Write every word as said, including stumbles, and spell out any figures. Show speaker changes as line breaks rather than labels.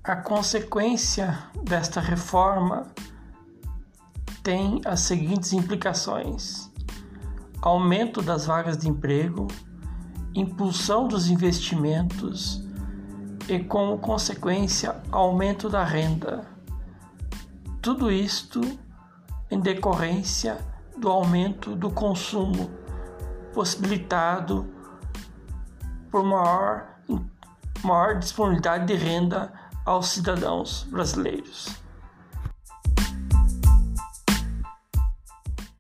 A consequência desta reforma tem as seguintes implicações: aumento das vagas de emprego, impulsão dos investimentos e, como consequência, aumento da renda. Tudo isto em decorrência do aumento do consumo, possibilitado por maior, maior disponibilidade de renda aos cidadãos brasileiros.